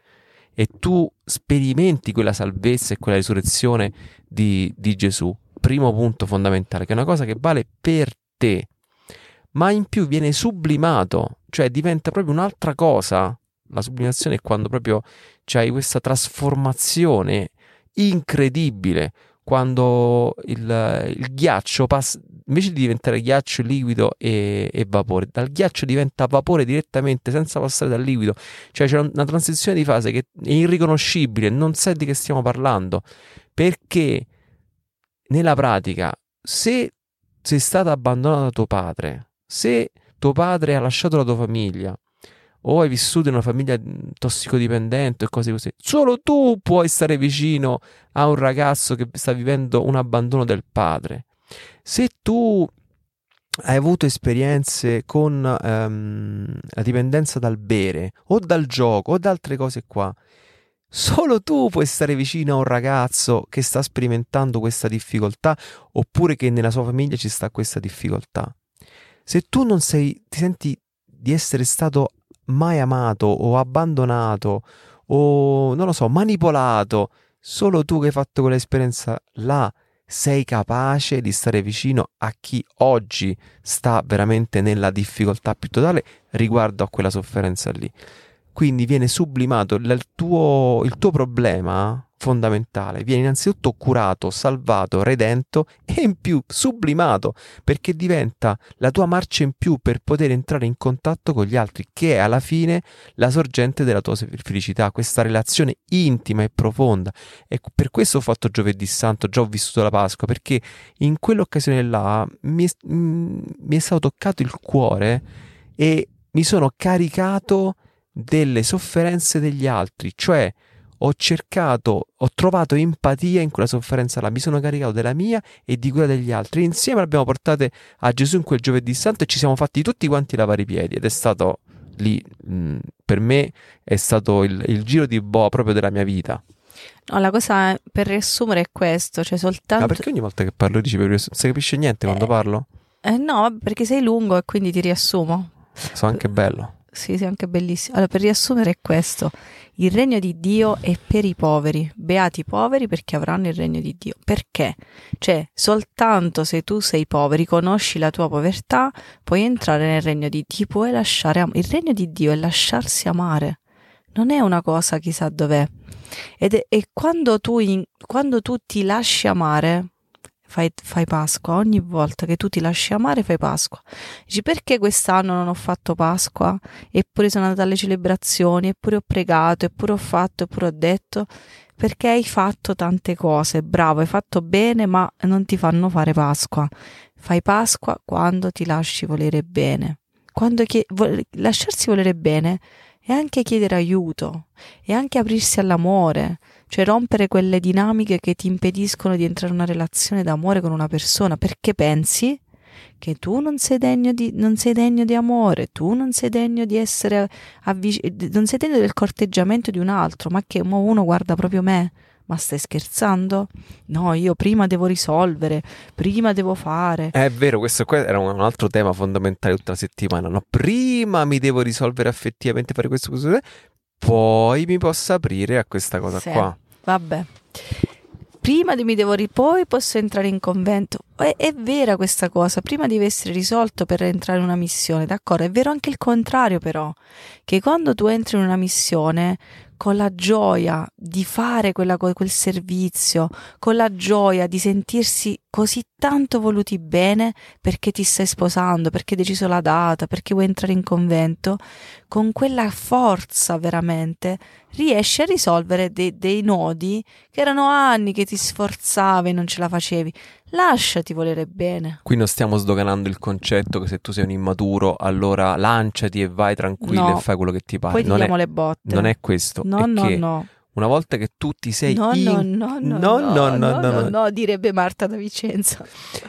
S1: e tu sperimenti quella salvezza e quella risurrezione di, di Gesù. Primo punto fondamentale, che è una cosa che vale per te, ma in più viene sublimato, cioè diventa proprio un'altra cosa. La sublimazione è quando proprio c'hai questa trasformazione incredibile, quando il, il ghiaccio passa, invece di diventare ghiaccio, liquido e, e vapore, dal ghiaccio diventa vapore direttamente senza passare dal liquido. Cioè c'è una transizione di fase che è irriconoscibile, non sai di che stiamo parlando, perché nella pratica, se sei stato abbandonato da tuo padre, se tuo padre ha lasciato la tua famiglia, o hai vissuto in una famiglia tossicodipendente e cose così, solo tu puoi stare vicino a un ragazzo che sta vivendo un abbandono del padre. Se tu hai avuto esperienze con ehm, la dipendenza dal bere o dal gioco o da altre cose qua, solo tu puoi stare vicino a un ragazzo che sta sperimentando questa difficoltà, oppure che nella sua famiglia ci sta questa difficoltà. Se tu non sei, ti senti di essere stato mai amato o abbandonato o non lo so, manipolato, solo tu che hai fatto quell'esperienza là sei capace di stare vicino a chi oggi sta veramente nella difficoltà più totale riguardo a quella sofferenza lì. Quindi viene sublimato il tuo, il tuo problema fondamentale, viene innanzitutto curato, salvato, redento e in più sublimato, perché diventa la tua marcia in più per poter entrare in contatto con gli altri, che è alla fine la sorgente della tua felicità, questa relazione intima e profonda. E per questo ho fatto Giovedì Santo, già ho vissuto la Pasqua, perché in quell'occasione là mi è, mi è stato toccato il cuore e mi sono caricato delle sofferenze degli altri, cioè ho cercato, ho trovato empatia in quella sofferenza là, mi sono caricato della mia e di quella degli altri, insieme l'abbiamo portate a Gesù in quel Giovedì Santo e ci siamo fatti tutti quanti lavare i piedi, ed è stato lì, mh, per me è stato il, il giro di boa proprio della mia vita.
S2: No, la cosa per riassumere è questo, cioè soltanto...
S1: Ma perché ogni volta che parlo dici per riassumere? Non si capisce niente quando
S2: eh,
S1: parlo?
S2: Eh no, perché sei lungo e quindi ti riassumo.
S1: Sono anche bello.
S2: Sì, sì, anche bellissimo. Allora, per riassumere è questo: il regno di Dio è per i poveri, beati i poveri perché avranno il regno di Dio. Perché? Cioè, soltanto se tu sei povero, riconosci la tua povertà, puoi entrare nel regno di Dio, puoi lasciare am- il regno di Dio è lasciarsi amare, non è una cosa chissà dov'è. Ed è, e quando tu, in, quando tu ti lasci amare, Fai, fai Pasqua, ogni volta che tu ti lasci amare fai Pasqua. Dici, perché quest'anno non ho fatto Pasqua? Eppure sono andata alle celebrazioni, eppure ho pregato, eppure ho fatto, eppure ho detto. Perché hai fatto tante cose, bravo, hai fatto bene, ma non ti fanno fare Pasqua. Fai Pasqua quando ti lasci volere bene. Quando chied- vo- lasciarsi volere bene è anche chiedere aiuto, è anche aprirsi all'amore, cioè rompere quelle dinamiche che ti impediscono di entrare in una relazione d'amore con una persona, perché pensi che tu non sei degno di, non sei degno di amore, tu non sei degno di essere avvic- non sei degno del corteggiamento di un altro, ma che mo uno guarda proprio me. Ma stai scherzando? No, io prima devo risolvere, prima devo fare.
S1: È vero, questo qua era un altro tema fondamentale tutta la settimana, no? Prima mi devo risolvere affettivamente, fare questo, questo, questo, poi mi posso aprire a questa cosa
S2: sì,
S1: qua.
S2: Vabbè. Prima di mi devo ri- poi posso entrare in convento. È, è vera questa cosa, prima deve essere risolto per entrare in una missione, d'accordo? È vero anche il contrario però, che quando tu entri in una missione con la gioia di fare quella, quel servizio, con la gioia di sentirsi così tanto voluti bene perché ti stai sposando, perché hai deciso la data, perché vuoi entrare in convento, con quella forza veramente riesci a risolvere de- dei nodi che erano anni che ti sforzavi e non ce la facevi. Lasciati volere bene.
S1: Qui non stiamo sdoganando il concetto che se tu sei un immaturo allora lanciati e vai tranquillo
S2: No,
S1: e fai quello che ti pare.
S2: poi ti
S1: non,
S2: diamo
S1: è,
S2: le botte.
S1: non è questo.
S2: No,
S1: è
S2: no,
S1: che
S2: no.
S1: una volta che tu ti sei
S2: No,
S1: in...
S2: no, no, no,
S1: no,
S2: no,
S1: no,
S2: no,
S1: no,
S2: no, no, direbbe Marta da Vicenza.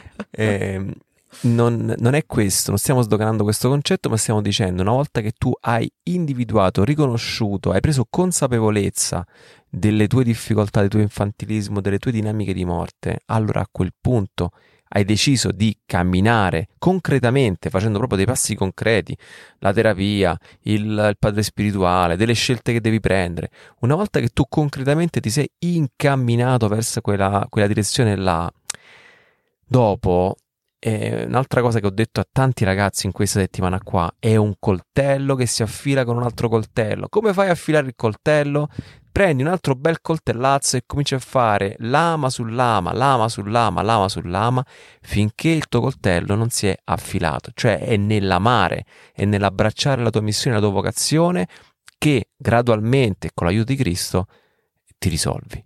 S1: Eh, non, non è questo, non stiamo sdoganando questo concetto, ma stiamo dicendo una volta che tu hai individuato, riconosciuto, hai preso consapevolezza delle tue difficoltà, del tuo infantilismo, delle tue dinamiche di morte, allora a quel punto hai deciso di camminare concretamente, facendo proprio dei passi concreti, la terapia, il, il padre spirituale, delle scelte che devi prendere. Una volta che tu concretamente ti sei incamminato verso quella, quella direzione là, dopo, eh, un'altra cosa che ho detto a tanti ragazzi in questa settimana qua, è un coltello che si affila con un altro coltello. Come fai a affilare il coltello? Prendi un altro bel coltellazzo e cominci a fare lama su lama, lama su lama, lama su lama, finché il tuo coltello non si è affilato. Cioè è nell'amare, è nell'abbracciare la tua missione, la tua vocazione, che gradualmente, con l'aiuto di Cristo, ti risolvi.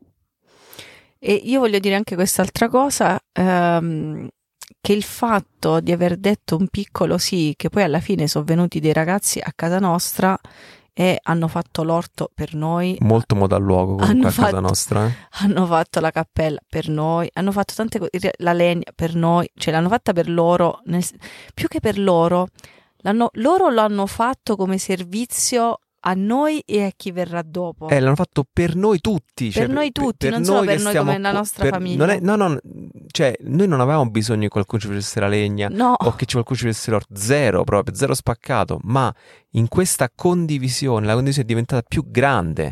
S2: E io voglio dire anche quest'altra cosa, ehm, che il fatto di aver detto un piccolo sì, che poi alla fine sono venuti dei ragazzi a casa nostra e hanno fatto l'orto per noi.
S1: Molto moda al luogo comunque
S2: Hanno
S1: a casa
S2: fatto-
S1: nostra. Eh?
S2: Hanno fatto la cappella per noi, hanno fatto tante cose, la legna per noi, cioè l'hanno fatta per loro, nel- più che per loro, l'hanno- loro l'hanno fatto come servizio a noi e a chi verrà dopo.
S1: Eh, l'hanno fatto per noi tutti.
S2: Per
S1: cioè,
S2: noi tutti, non solo per
S1: che
S2: noi
S1: stiamo
S2: come la
S1: co-
S2: nostra
S1: per-
S2: famiglia.
S1: non è- no, no, cioè, noi non avevamo bisogno che qualcuno ci facesse la legna
S2: No,
S1: o che ci qualcuno ci facesse l'orto. Zero proprio, zero spaccato. Ma in questa condivisione, la condivisione è diventata più grande.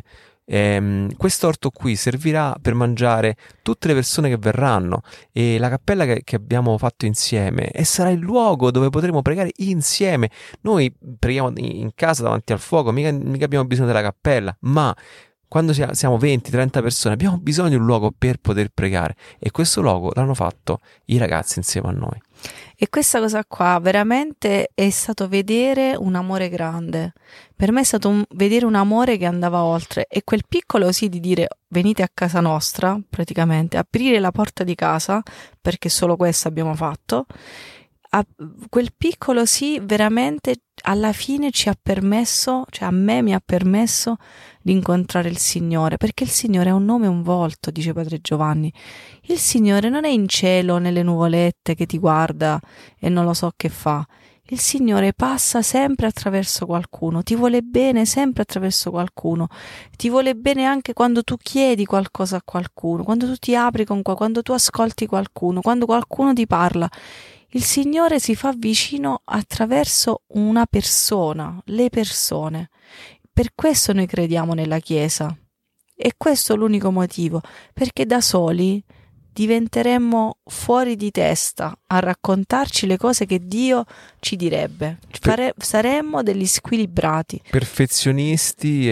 S1: ehm, quest'orto qui servirà per mangiare tutte le persone che verranno, e la cappella che, che abbiamo fatto insieme e sarà il luogo dove potremo pregare insieme. Noi preghiamo in casa davanti al fuoco, mica, mica abbiamo bisogno della cappella, ma quando siamo venti trenta persone abbiamo bisogno di un luogo per poter pregare, e questo luogo l'hanno fatto i ragazzi insieme a noi.
S2: E questa cosa qua veramente è stato vedere un amore grande. Per me è stato un, vedere un amore che andava oltre, e quel piccolo sì di dire venite a casa nostra, praticamente aprire la porta di casa, perché solo questo abbiamo fatto. A, quel piccolo sì veramente alla fine ci ha permesso, cioè a me mi ha permesso di incontrare il Signore, perché il Signore ha un nome e un volto, dice Padre Giovanni. Il Signore non è in cielo nelle nuvolette che ti guarda e non lo so che fa. Il Signore passa sempre attraverso qualcuno, ti vuole bene sempre attraverso qualcuno, ti vuole bene anche quando tu chiedi qualcosa a qualcuno, quando tu ti apri con qualcuno, quando tu ascolti qualcuno, quando qualcuno ti parla. Il Signore si fa vicino attraverso una persona, le persone. Per questo noi crediamo nella Chiesa. E questo è l'unico motivo, perché da soli diventeremmo fuori di testa a raccontarci le cose che Dio ci direbbe. Fare, saremmo degli squilibrati.
S1: Perfezionisti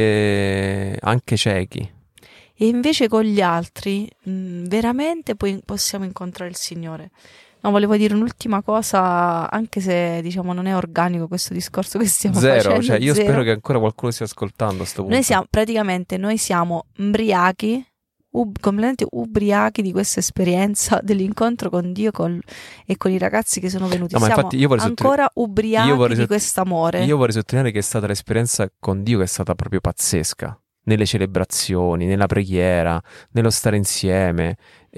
S1: e anche ciechi.
S2: E invece con gli altri mh, veramente poi possiamo incontrare il Signore. No, volevo dire un'ultima cosa, anche se diciamo non è organico questo discorso che stiamo
S1: zero,
S2: facendo.
S1: Cioè io
S2: zero.
S1: spero che ancora qualcuno stia ascoltando a sto punto.
S2: Noi siamo, praticamente noi siamo ubriachi, ub, completamente ubriachi di questa esperienza dell'incontro con Dio col, e con i ragazzi che sono venuti.
S1: No, ma
S2: siamo
S1: infatti io vorrei
S2: ancora
S1: sottoline-
S2: ubriachi
S1: io vorrei
S2: di
S1: sott-
S2: quest'amore.
S1: Io vorrei sottolineare che è stata l'esperienza con Dio che è stata proprio pazzesca. Nelle celebrazioni, nella preghiera, nello stare insieme,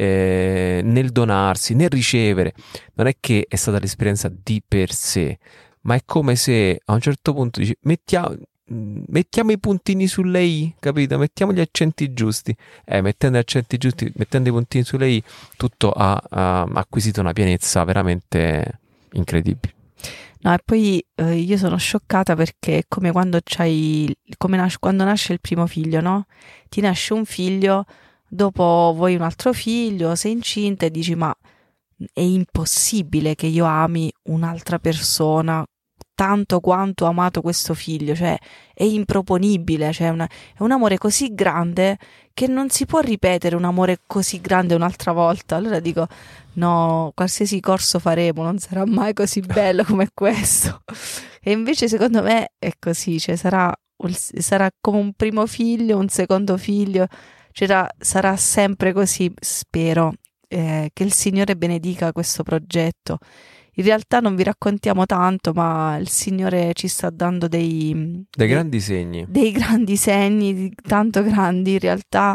S1: eh, nel donarsi, nel ricevere. Non è che è stata l'esperienza di per sé, ma è come se a un certo punto dici mettiamo, mettiamo i puntini sulle i, capito? Mettiamo gli accenti giusti. Eh, mettendo gli accenti giusti, mettendo i puntini sulle i, tutto ha, ha acquisito una pienezza veramente incredibile.
S2: No, e poi eh, io sono scioccata perché è come quando c'hai, come nas- quando nasce il primo figlio, no? Ti nasce un figlio, dopo vuoi un altro figlio, sei incinta e dici ma è impossibile che io ami un'altra persona tanto quanto ho amato questo figlio, cioè è improponibile, cioè una, è un amore così grande che non si può ripetere un amore così grande un'altra volta. Allora dico no, qualsiasi corso faremo non sarà mai così bello come questo. E invece secondo me è così, cioè sarà, sarà come un primo figlio, un secondo figlio, cioè sarà sempre così, spero, eh, che il Signore benedica questo progetto. In realtà non vi raccontiamo tanto, ma il Signore ci sta dando dei,
S1: dei,
S2: dei
S1: grandi segni.
S2: Dei grandi segni, tanto grandi in realtà,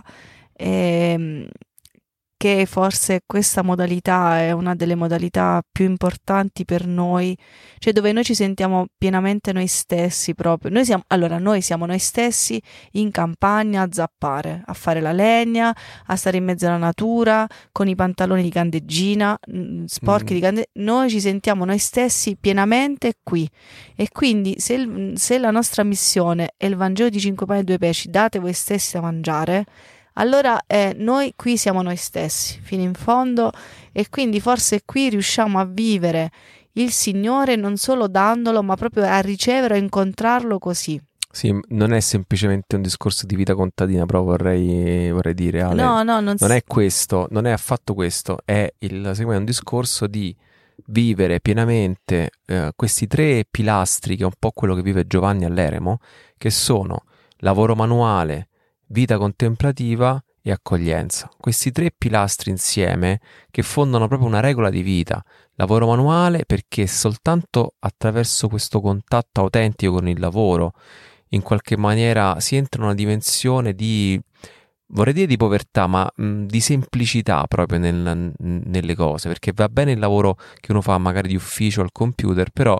S2: ehm, che forse questa modalità è una delle modalità più importanti per noi, cioè dove noi ci sentiamo pienamente noi stessi proprio. Noi siamo, allora, noi siamo noi stessi in campagna a zappare, a fare la legna, a stare in mezzo alla natura, con i pantaloni di candeggina, sporchi mm. di candeggina. Noi ci sentiamo noi stessi pienamente qui. E quindi se, il, se la nostra missione è il Vangelo di cinque pani e due pesci, date voi stessi da mangiare, allora eh, noi qui siamo noi stessi fino in fondo, e quindi forse qui riusciamo a vivere il Signore non solo dandolo, ma proprio a ricevere, a incontrarlo così.
S1: Sì, non è semplicemente un discorso di vita contadina, però vorrei, vorrei dire, Ale,
S2: no, no, non,
S1: non
S2: s-
S1: è questo, non è affatto questo, è il, secondo me, un discorso di vivere pienamente eh, questi tre pilastri, che è un po' quello che vive Giovanni all'Eremo, che sono lavoro manuale, vita contemplativa e accoglienza. Questi tre pilastri insieme che fondano proprio una regola di vita. Lavoro manuale perché soltanto attraverso questo contatto autentico con il lavoro in qualche maniera si entra in una dimensione di, vorrei dire di povertà, ma mh, di semplicità proprio nel, nelle cose, perché va bene il lavoro che uno fa magari di ufficio al computer, però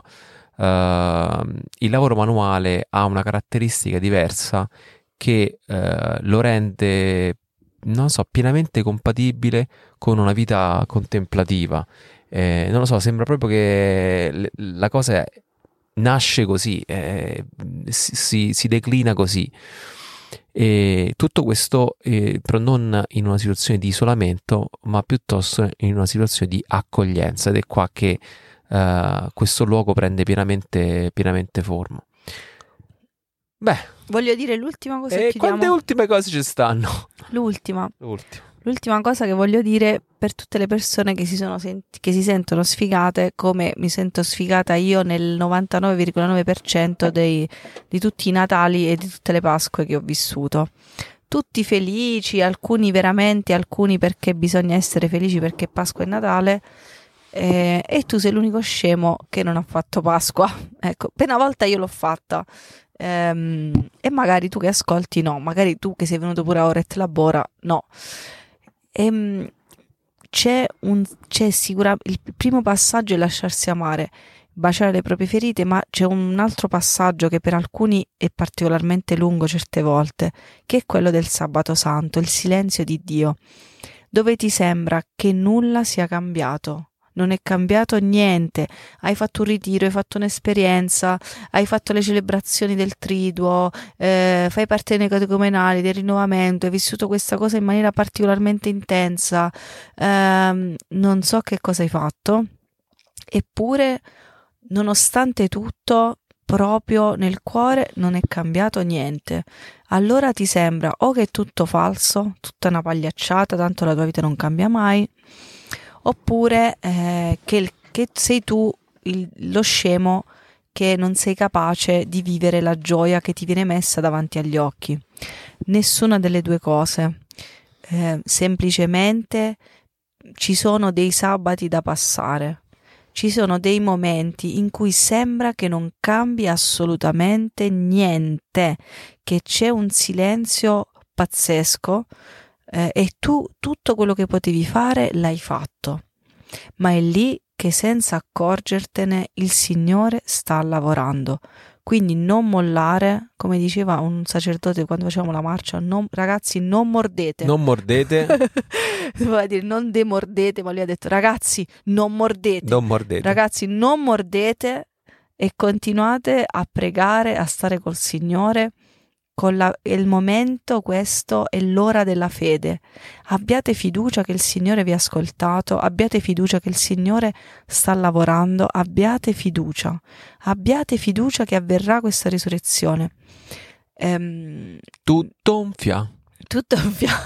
S1: uh, il lavoro manuale ha una caratteristica diversa che uh, lo rende, non so, pienamente compatibile con una vita contemplativa. Eh, non lo so, sembra proprio che la cosa nasce così, eh, si, si declina così. E tutto questo eh, però non in una situazione di isolamento, ma piuttosto in una situazione di accoglienza, ed è qua che uh, questo luogo prende pienamente, pienamente forma. Beh,
S2: voglio dire l'ultima cosa.
S1: E quante ultime cose ci stanno?
S2: L'ultima.
S1: L'ultima.
S2: L'ultima cosa che voglio dire per tutte le persone che si, sono senti- che si sentono sfigate, come mi sento sfigata io nel novantanove virgola nove per cento dei, di tutti i Natali e di tutte le Pasque che ho vissuto. Tutti felici, alcuni veramente, alcuni perché bisogna essere felici perché Pasqua e Natale, eh, e tu sei l'unico scemo che non ha fatto Pasqua. Ecco, per una volta io l'ho fatta. Ehm, e magari tu che ascolti no, magari tu che sei venuto pure a Oret Labora no. Ehm, c'è un c'è sicuramente il primo passaggio è lasciarsi amare, baciare le proprie ferite, ma c'è un altro passaggio che per alcuni è particolarmente lungo certe volte, che è quello del Sabato Santo, il silenzio di Dio, dove ti sembra che nulla sia cambiato. Non è cambiato niente, hai fatto un ritiro, hai fatto un'esperienza, hai fatto le celebrazioni del triduo, eh, fai parte dei catecumenali, del rinnovamento, hai vissuto questa cosa in maniera particolarmente intensa, ehm, non so che cosa hai fatto, eppure nonostante tutto proprio nel cuore non è cambiato niente. Allora ti sembra o che è tutto falso, tutta una pagliacciata, tanto la tua vita non cambia mai, oppure eh, che, il, che sei tu il, lo scemo che non sei capace di vivere la gioia che ti viene messa davanti agli occhi. Nessuna delle due cose. Eh, semplicemente ci sono dei sabati da passare. Ci sono dei momenti in cui sembra che non cambi assolutamente niente, che c'è un silenzio pazzesco. Eh, e tu tutto quello che potevi fare l'hai fatto, ma è lì che senza accorgertene il Signore sta lavorando. Quindi non mollare, come diceva un sacerdote quando facevamo la marcia, non, ragazzi non mordete.
S1: Non mordete.
S2: Doveva dire non demordete, ma lui ha detto ragazzi non mordete.
S1: Non mordete.
S2: Ragazzi non mordete e continuate a pregare, a stare col Signore. Con la, è il momento, questo è l'ora della fede. Abbiate fiducia che il Signore vi ha ascoltato, abbiate fiducia che il Signore sta lavorando, abbiate fiducia, abbiate fiducia che avverrà questa risurrezione. Ehm,
S1: tutto un fia.
S2: Tutto un fia.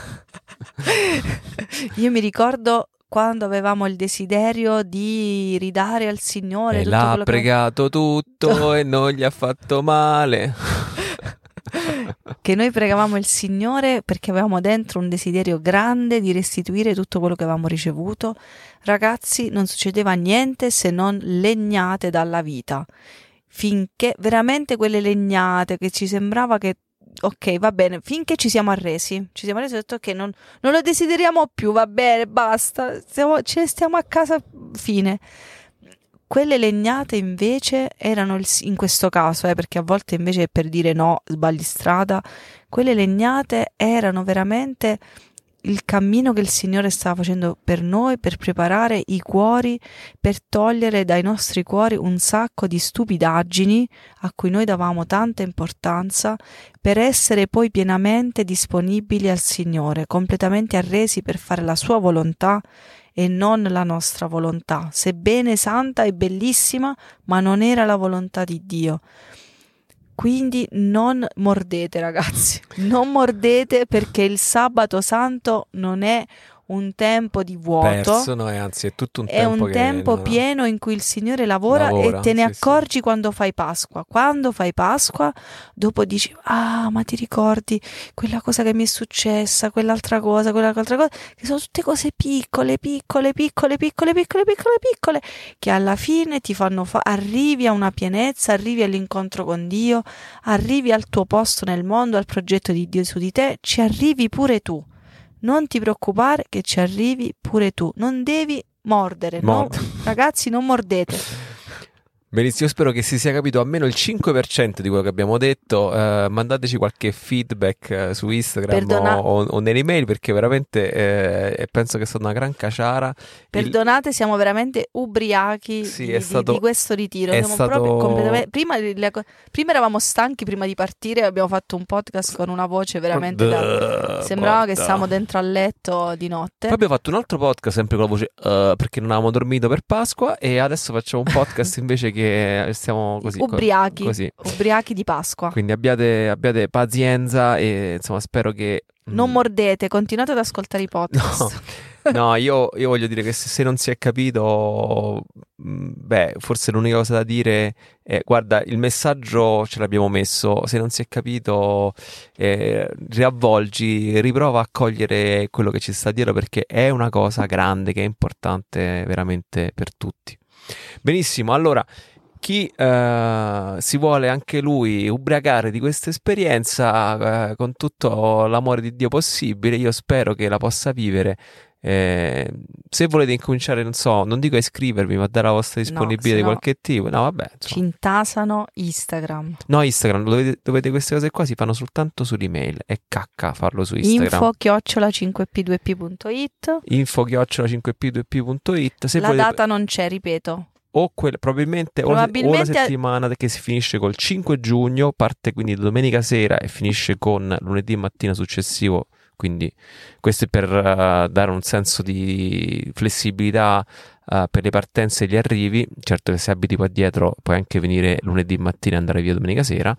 S2: Io mi ricordo quando avevamo il desiderio di ridare al Signore
S1: e
S2: tutto
S1: l'ha
S2: quello
S1: pregato
S2: che...
S1: tutto e non gli ha fatto male.
S2: Che noi pregavamo il Signore perché avevamo dentro un desiderio grande di restituire tutto quello che avevamo ricevuto. Ragazzi, non succedeva niente se non legnate dalla vita, finché veramente quelle legnate che ci sembrava che ok, va bene, finché ci siamo arresi, ci siamo arresi e ho detto ok, non, non lo desideriamo più, va bene, basta, stiamo, ce ne stiamo a casa, fine. Quelle legnate invece erano, il, in questo caso, eh, perché a volte invece per dire no sbagli strada, quelle legnate erano veramente il cammino che il Signore stava facendo per noi, per preparare i cuori, per togliere dai nostri cuori un sacco di stupidaggini a cui noi davamo tanta importanza, per essere poi pienamente disponibili al Signore, completamente arresi per fare la sua volontà e non la nostra volontà, sebbene santa e bellissima, ma non era la volontà di Dio. Quindi non mordete, ragazzi, non mordete, perché il sabato santo non è un tempo di vuoto,
S1: perso, no, anzi è tutto un
S2: è
S1: tempo,
S2: un
S1: che,
S2: tempo
S1: no,
S2: pieno in cui il Signore lavora,
S1: lavora,
S2: e te ne
S1: sì,
S2: accorgi
S1: sì.
S2: quando fai Pasqua. Quando fai Pasqua, dopo dici, ah, ma ti ricordi quella cosa che mi è successa, quell'altra cosa, quell'altra cosa, che sono tutte cose piccole, piccole, piccole, piccole, piccole, piccole, piccole, che alla fine ti fanno fa- arrivi a una pienezza, arrivi all'incontro con Dio, arrivi al tuo posto nel mondo, al progetto di Dio su di te, ci arrivi pure tu. Non ti preoccupare che ci arrivi pure tu, non devi mordere,
S1: Mord-
S2: no? Ragazzi non mordete.
S1: Benissimo, spero che si sia capito almeno il cinque per cento di quello che abbiamo detto. Eh, mandateci qualche feedback eh, su Instagram
S2: Perdona-
S1: o, o nell'email, perché veramente eh, penso che è stata una gran caciara.
S2: Perdonate, siamo veramente ubriachi
S1: Sì,
S2: di,
S1: è
S2: di-
S1: stato-
S2: di questo ritiro.
S1: è
S2: Siamo
S1: stato-
S2: proprio completamente... prima, le- prima eravamo stanchi prima di partire, abbiamo fatto un podcast con una voce veramente da... Sembrava che stavamo dentro al letto di notte.
S1: Poi abbiamo fatto un altro podcast sempre con la voce uh, perché non avevamo dormito per Pasqua, e adesso facciamo un podcast invece che stiamo così
S2: ubriachi,
S1: così.
S2: ubriachi di Pasqua.
S1: Quindi abbiate, abbiate pazienza e insomma spero che
S2: Non mordete, continuate ad ascoltare i podcast.
S1: No, no io, io voglio dire che se, se non si è capito, mh, beh, forse l'unica cosa da dire è: guarda, il messaggio ce l'abbiamo messo, se non si è capito, eh, riavvolgi, riprova a cogliere quello che ci sta dietro, perché è una cosa grande che è importante veramente per tutti. Benissimo, allora chi eh, si vuole anche lui ubriacare di questa esperienza eh, con tutto l'amore di Dio possibile, io spero che la possa vivere. Eh, se volete incominciare, non so, non dico a iscrivervi, ma dare la vostra disponibilità
S2: No,
S1: di
S2: sennò
S1: qualche tipo, no vabbè,
S2: Ci
S1: insomma.
S2: intasano Instagram.
S1: No, Instagram, dovete, dovete queste cose qua si fanno soltanto sull'email, è cacca farlo su Instagram.
S2: Info chiocciola cinque p due p punto it.
S1: Info chiocciola cinque p due p punto it. Se
S2: La
S1: volete,
S2: data non c'è, ripeto.
S1: o quel, probabilmente, o la-
S2: Probabilmente-
S1: o la settimana che si finisce col cinque giugno, parte quindi domenica sera e finisce con lunedì mattina successivo. Quindi questo è per uh, dare un senso di flessibilità uh, per le partenze e gli arrivi. Certo che se abiti qua dietro puoi anche venire lunedì mattina e andare via domenica sera.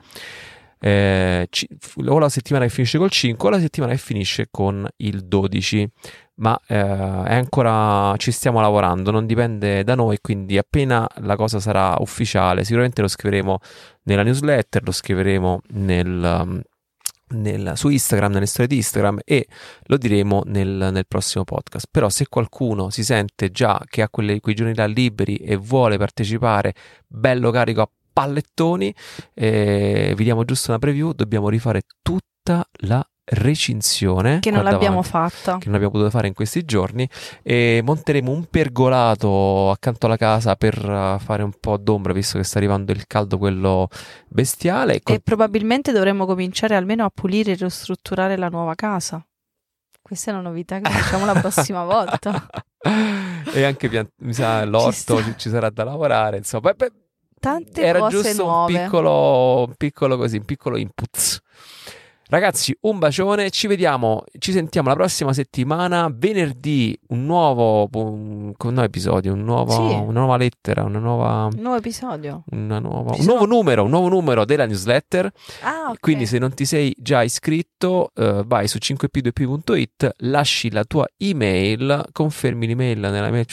S1: Eh, ci- o la settimana che finisce col cinque o la settimana che finisce con il dodici, ma eh, è ancora, ci stiamo lavorando, non dipende da noi, quindi appena la cosa sarà ufficiale sicuramente lo scriveremo nella newsletter, lo scriveremo nel, um, nel- su Instagram, nelle storie di Instagram, e lo diremo nel, nel prossimo podcast. Però se qualcuno si sente già che ha quelle- quei giorni là liberi e vuole partecipare bello carico a pallettoni, eh, vi diamo giusto una preview: dobbiamo rifare tutta la recinzione
S2: Che non
S1: qua
S2: l'abbiamo
S1: davanti,
S2: fatta.
S1: che non abbiamo potuto fare in questi giorni, e monteremo un pergolato accanto alla casa per uh, fare un po' d'ombra, visto che sta arrivando il caldo quello bestiale, e con-
S2: E probabilmente dovremmo cominciare almeno a pulire e ristrutturare la nuova casa. Questa è una novità che facciamo la prossima volta.
S1: e anche pian- mi sa l'orto
S2: sta.
S1: ci, ci sarà da lavorare, insomma. Beh, beh,
S2: Tante
S1: era
S2: cose
S1: giusto
S2: nuove.
S1: un piccolo, un piccolo così, un piccolo input. Ragazzi, un bacione, ci vediamo, ci sentiamo la prossima settimana, venerdì, un nuovo, un, un nuovo episodio, un nuovo,
S2: Sì.
S1: una nuova lettera, una nuova,
S2: Un nuovo episodio.
S1: una nuova-
S2: Ci
S1: un
S2: sono-
S1: nuovo numero, un nuovo numero della newsletter.
S2: Ah, ok.
S1: Quindi se non ti sei già iscritto, eh, vai su cinque p due p punto it, lasci la tua email, confermi l'email nella mail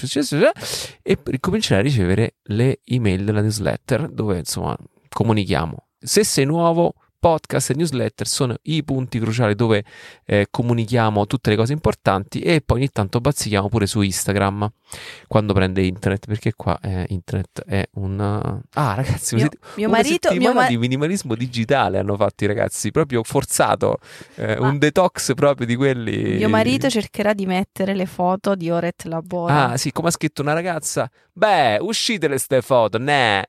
S1: e ricomincerai a ricevere le email della newsletter, dove insomma comunichiamo. Se sei nuovo, podcast e newsletter sono i punti cruciali dove eh, comunichiamo tutte le cose importanti, e poi ogni tanto bazzichiamo pure su Instagram quando prende internet, perché qua eh, internet è un... Ah ragazzi,
S2: Mio,
S1: siete-
S2: mio
S1: una
S2: marito, mio
S1: settimana
S2: ma-
S1: di minimalismo digitale hanno fatto i ragazzi, proprio forzato, eh,
S2: Ma-
S1: un detox proprio di quelli.
S2: mio marito cercherà di mettere le foto di Oret Labora.
S1: Ah sì, come ha scritto una ragazza, beh, uscitele ste foto, ne.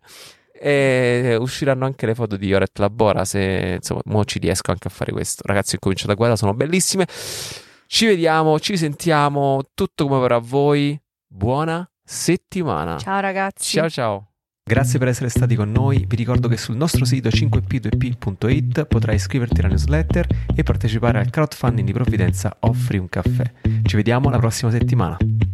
S1: E usciranno anche le foto di Oret Labora, se insomma mo ci riesco anche a fare questo. Ragazzi, ho cominciato a guardare, sono bellissime. Ci vediamo, ci sentiamo, tutto come per a voi. Buona settimana.
S2: Ciao ragazzi.
S1: Ciao ciao. Grazie per essere stati con noi. Vi ricordo che sul nostro sito cinque p due p punto it potrai iscriverti alla newsletter e partecipare al crowdfunding di Provvidenza Offri un caffè. Ci vediamo la prossima settimana.